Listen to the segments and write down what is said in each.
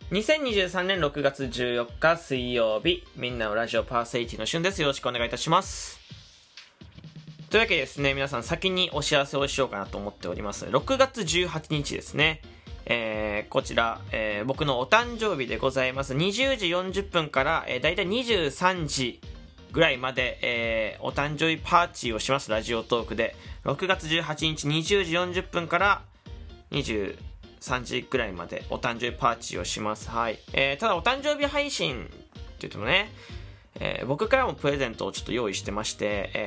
2023年6月14日水曜日、みんなのラジオパーセイティのしゅんです。よろしくお願いいたします。というわけでですね、皆さん先にお知らせをしようかなと思っております。6月18日ですね、こちら、僕のお誕生日でございます。20時40分から、だいたい23時ぐらいまで、お誕生日パーティーをします。ラジオトークで。6月18日20時40分から23時ぐらいまでお誕生日パーティーをします。はい。ただお誕生日配信って言ってもね、僕からもプレゼントをちょっと用意してまして、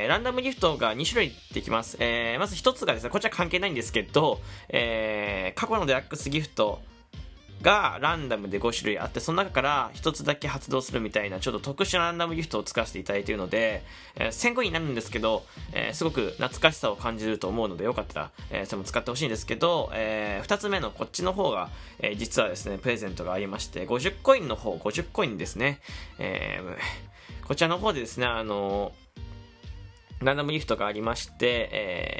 ランダムギフトが2種類できます。まず1つがですね、こっちは関係ないんですけど、過去のデラックスギフトがランダムで5種類あって、その中から1つだけ発動するみたいなちょっと特殊なランダムギフトを使わせていただいているので、1000コインになるんですけど、すごく懐かしさを感じると思うので、よかったら、それも使ってほしいんですけど、2つ目のこっちの方が、実はですねプレゼントがありまして、50コインの方、50コインですね、こちらの方でですね、ランダムギフトがありまして、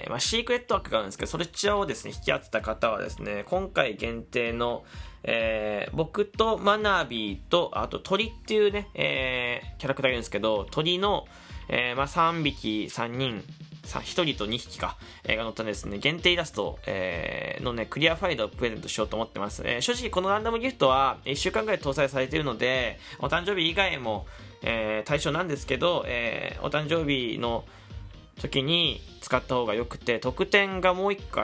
シークレット枠があるんですけど、そちらをですね引き当てた方はですね、今回限定の僕とマナビーと、あと鳥っていうね、キャラクターがいるんですけど、鳥の、3匹、3人、1人と2匹か、が載ったですね、限定イラスト、のね、クリアファイルをプレゼントしようと思ってます。正直このランダムギフトは1週間ぐらい搭載されているので、お誕生日以外も、対象なんですけど、お誕生日の時に使った方がよくて、特典がもう1個あって、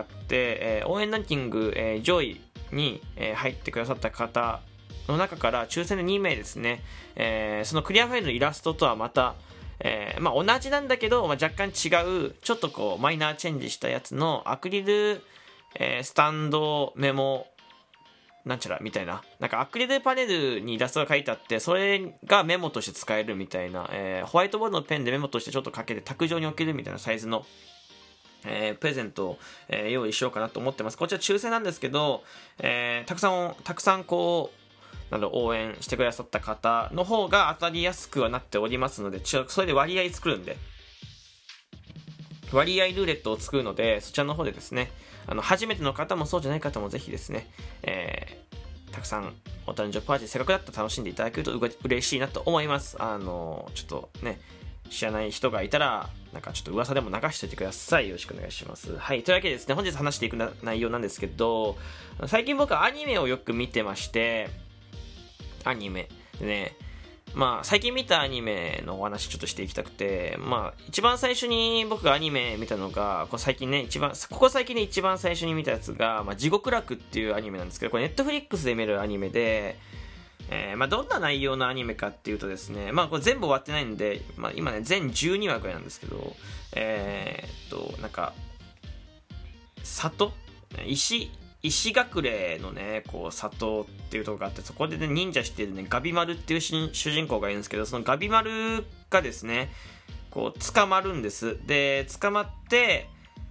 応援ランキング、上位に入ってくださった方の中から抽選で2名ですね、そのクリアファイルのイラストとはまた、同じなんだけど、若干違うちょっとこうマイナーチェンジしたやつのアクリル、スタンドメモなんちゃらみたいな、なんかアクリルパネルにイラストが書いてあって、それがメモとして使えるみたいな、ホワイトボードのペンでメモとしてちょっと書けて卓上に置けるみたいなサイズのプレゼントを、用意しようかなと思ってます。こちら抽選なんですけど、たくさんこう応援してくださった方の方が当たりやすくはなっておりますので、それで割合作るんで、割合ルーレットを作るので、そちらの方でですね、初めての方もそうじゃない方もぜひですね、たくさんお誕生日パーティーせっかくだったら楽しんでいただけると嬉しいなと思います。ちょっとね、知らない人がいたらなんかちょっと噂でも流しておいてください。よろしくお願いします。はい、というわけでですね、本日話していく内容なんですけど、最近僕はアニメをよく見てまして、アニメでね、最近見たアニメのお話ちょっとしていきたくて、一番最初に僕がアニメ見たのが、ここ最近で一番最初に見たやつが、地獄楽っていうアニメなんですけど、これネットフリックスで見るアニメで、どんな内容のアニメかっていうとですね、これ全部終わってないんで、今ね全12話ぐらいなんですけど、なんか里石隠れのねこう里っていうところがあって、そこでね忍者しているねガビマルっていう主人公がいるんですけど、そのガビマルがですねこう捕まるんです。で捕まって、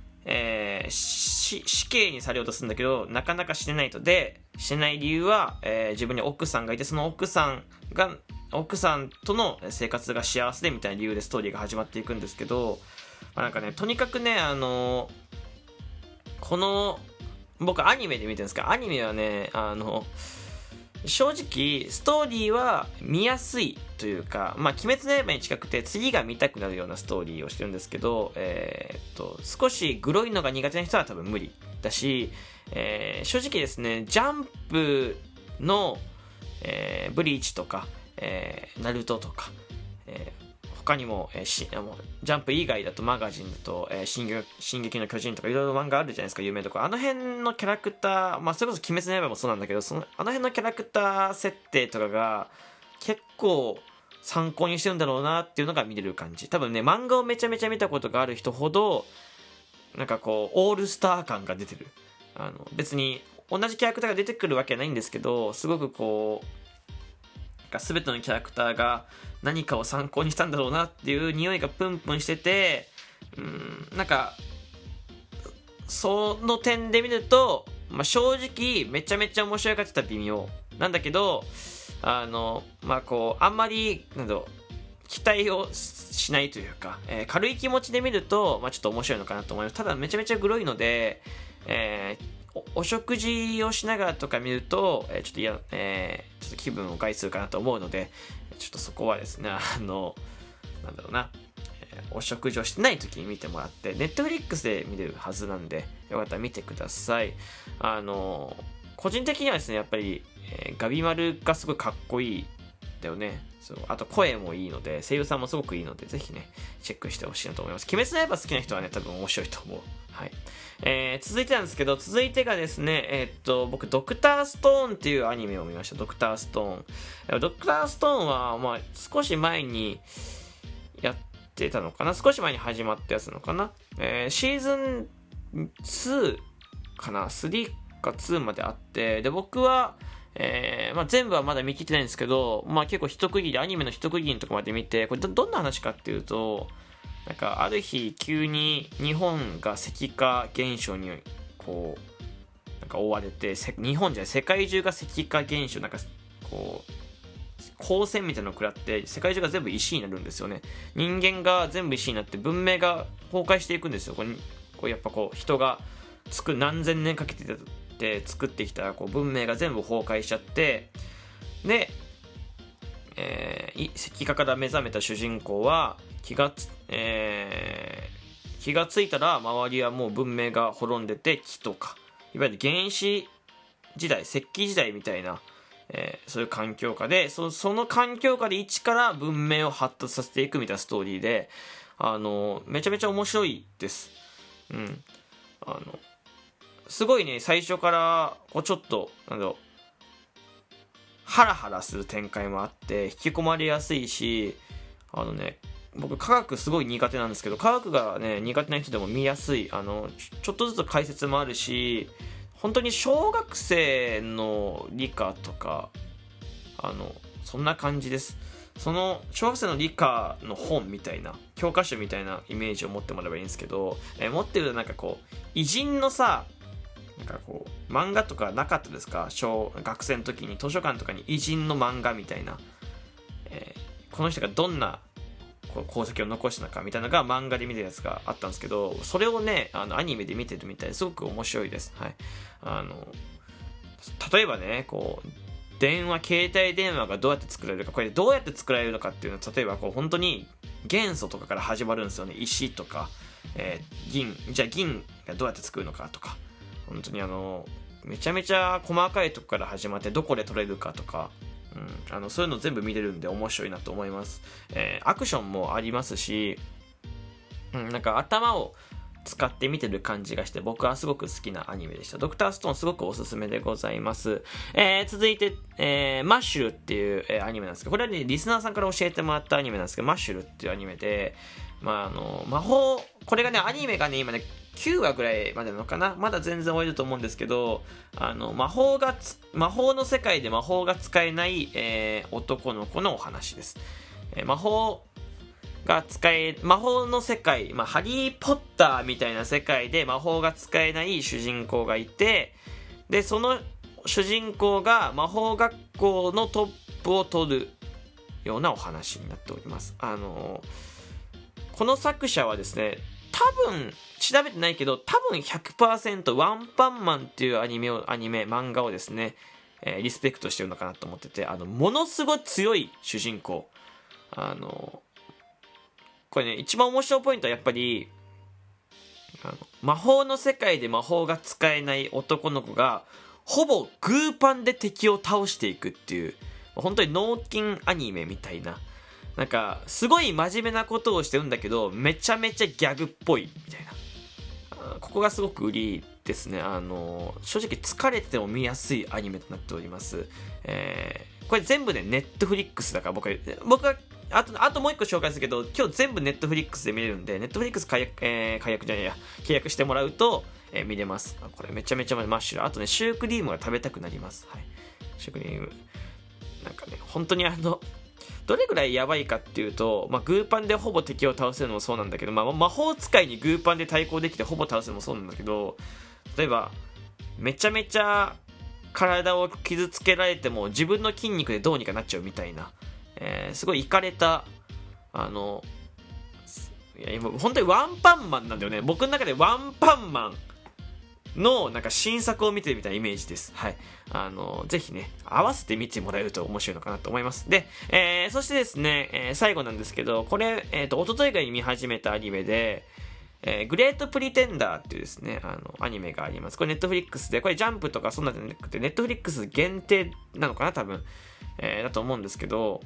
死刑にされようとするんだけど、なかなか死ねないと。で死ねない理由は、自分に奥さんがいて、その奥さんとの生活が幸せでみたいな理由でストーリーが始まっていくんですけど、なんかねとにかくねこの僕アニメで見てるんですけど、アニメはね正直ストーリーは見やすいというか、鬼滅の刃に近くて次が見たくなるようなストーリーをしてるんですけど、少しグロいのが苦手な人は多分無理だし、正直ですねジャンプの、ブリーチとか、ナルトとか、他にも、ジャンプ以外だとマガジンだと、進撃の巨人とかいろいろ漫画あるじゃないですか、有名とか。あの辺のキャラクター、それこそ鬼滅の刃もそうなんだけど、あの辺のキャラクター設定とかが結構参考にしてるんだろうなっていうのが見れる感じ。多分ね漫画をめちゃめちゃ見たことがある人ほどなんかこうオールスター感が出てる。別に同じキャラクターが出てくるわけはないんですけど、すごくこう全てのキャラクターが何かを参考にしたんだろうなっていう匂いがプンプンしてて、なんかその点で見ると、正直めちゃめちゃ面白いかって言ったら微妙なんだけど、こうあんまり期待をしないというか、軽い気持ちで見ると、ちょっと面白いのかなと思います。ただめちゃめちゃグロいので、 お食事をしながらとか見ると、ちょっと気分を害するかなと思うので、ちょっとそこはですね、なんだろうな、お食事をしてない時に見てもらって、Netflix で見れるはずなんで、よかったら見てください。個人的にはですね、やっぱり、ガビマルがすごいかっこいいだよね。そう、あと声もいいので、声優さんもすごくいいので、ぜひね、チェックしてほしいなと思います。鬼滅の刃好きな人はね、多分面白いと思う。はい。続いてなんですけど、続いてがですね、僕、ドクターストーンっていうアニメを見ました。ドクターストーン。ドクターストーンは、まあ、少し前にやってたのかな、少し前に始まったやつなのかな。シーズン2かな、3か2まであって、で、僕は、まあ、全部はまだ見切ってないんですけど、まあ、結構一区切り、アニメの一区切りのとこまで見て、これどんな話かっていうと、なんかある日急に日本が石化現象にこうなんか追われて、日本じゃない世界中が石化現象、なんかこう光線みたいなのを食らって世界中が全部石になるんですよね。人間が全部石になって文明が崩壊していくんですよ。これやっぱこう人が何千年かけて作ってきたこう文明が全部崩壊しちゃって、で、石化から目覚めた主人公は気がついたら周りはもう文明が滅んでて、木とかいわゆる原始時代、石器時代みたいな、そういう環境下でその環境下で一から文明を発達させていくみたいなストーリーで、めちゃめちゃ面白いです。うん。すごいね、最初からこうちょっとハラハラする展開もあって引き込まれやすいし、僕科学すごい苦手なんですけど、科学がね苦手な人でも見やすい、ちょっとずつ解説もあるし、本当に小学生の理科とかそんな感じです。その小学生の理科の本みたいな教科書みたいなイメージを持ってもらえばいいんですけど、持ってるとなんかこう偉人のさ、なんかこう漫画とかなかったですか？学生の時に図書館とかに偉人の漫画みたいな、この人がどんな功績を残したのかみたいなのが漫画で見てるやつがあったんですけど、それをねアニメで見てるみたいですごく面白いです。はい。例えばね、こう携帯電話がどうやって作られるか、これどうやって作られるのかっていうのは、例えばこう本当に元素とかから始まるんですよね。石とか、銀がどうやって作るのかとか、本当にめちゃめちゃ細かいとこから始まってどこで取れるかとか、そういうの全部見れるんで面白いなと思います。アクションもありますし、なんか頭を使って見てる感じがして僕はすごく好きなアニメでした。ドクターストーンすごくおすすめでございます。続いて、マッシュルっていう、アニメなんですけど、これはねリスナーさんから教えてもらったアニメなんですけど、マッシュルっていうアニメで、まあ魔法、これがねアニメがね今ね9話ぐらいまでなのかな、まだ全然終えると思うんですけど、魔法の世界で魔法が使えない、男の子のお話です。魔法の世界、ハリー・ポッターみたいな世界で魔法が使えない主人公がいて、でその主人公が魔法学校のトップを取るようなお話になっております。この作者はですね、多分調べてないけど多分 100% ワンパンマンっていう漫画をですね、リスペクトしてるのかなと思ってて、ものすごい強い主人公、これね一番面白いポイントはやっぱり魔法の世界で魔法が使えない男の子がほぼグーパンで敵を倒していくっていう、本当に脳筋アニメみたいな、なんかすごい真面目なことをしてるんだけどめちゃめちゃギャグっぽいみたいな、ここがすごく売りですね。正直疲れてても見やすいアニメとなっております。これ全部ねネットフリックスだから、僕はあともう一個紹介するけど、今日全部ネットフリックスで見れるんで、ネットフリックス契約してもらうと、見れます。これめちゃめちゃマッシュル。あとねシュークリームが食べたくなります。はい、シュークリームなんかね本当にどれぐらいやばいかっていうと、グーパンでほぼ敵を倒せるのもそうなんだけど、魔法使いにグーパンで対抗できてほぼ倒せるのもそうなんだけど、例えばめちゃめちゃ体を傷つけられても自分の筋肉でどうにかなっちゃうみたいな、すごいイカれたいや今本当にワンパンマンなんだよね。僕の中でワンパンマンのなんか新作を見てるみたいなイメージです。はい。ぜひね、合わせて見てもらえると面白いのかなと思います。で、そしてですね、最後なんですけど、これ、一昨日ぐらいに見始めたアニメで、グレートプリテンダーっていうですね、アニメがあります。これネットフリックスで、これジャンプとかそんなんじゃなくて、ネットフリックス限定なのかな多分。だと思うんですけど、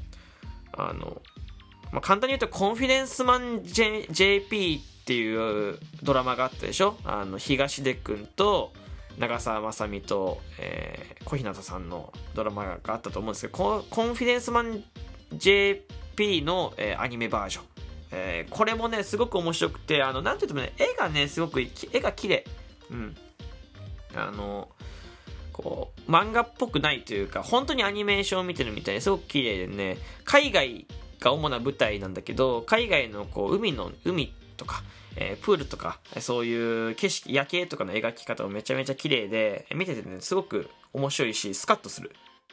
簡単に言うと、コンフィデンスマン、JP っていうドラマがあったでしょ。東出くんと長澤まさみと、小日向さんのドラマがあったと思うんですけど、コンフィデンスマン JP の、アニメバージョン。これもね、すごく面白くて、なんて言ってもね、絵がね、すごく絵が綺麗。うん。こう、漫画っぽくないというか、本当にアニメーションを見てるみたいですごく綺麗でね、海外が主な舞台なんだけど、海外のこう海とか、プールとか、そういう景色、夜景とかの描き方もめちゃめちゃ綺麗で、見ててね、すごく面白いし、スカッとする。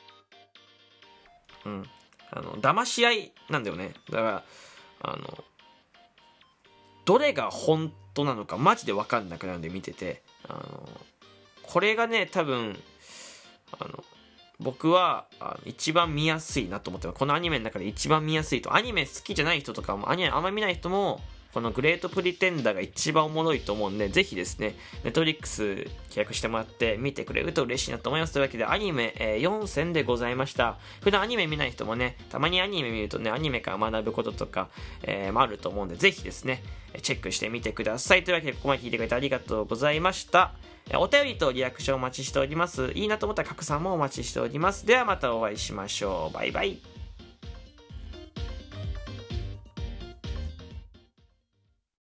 うん。騙し合いなんだよね。だから、どれが本当なのかマジで分かんなくなるんで見てて、これがね、多分、僕は一番見やすいなと思ってます。このアニメの中で一番見やすいと。アニメ好きじゃない人とかも、アニメあんま見ない人も、このグレートプリテンダーが一番おもろいと思うんで、ぜひですね、ネットフリックス契約してもらって見てくれると嬉しいなと思います。というわけで、アニメ、4選でございました。普段アニメ見ない人もね、たまにアニメ見るとね、アニメから学ぶこととか、もあると思うんで、ぜひですね、チェックしてみてください。というわけで、ここまで聞いてくれてありがとうございました。お便りとリアクションお待ちしております。いいなと思ったら拡散もお待ちしております。ではまたお会いしましょう。バイバイ。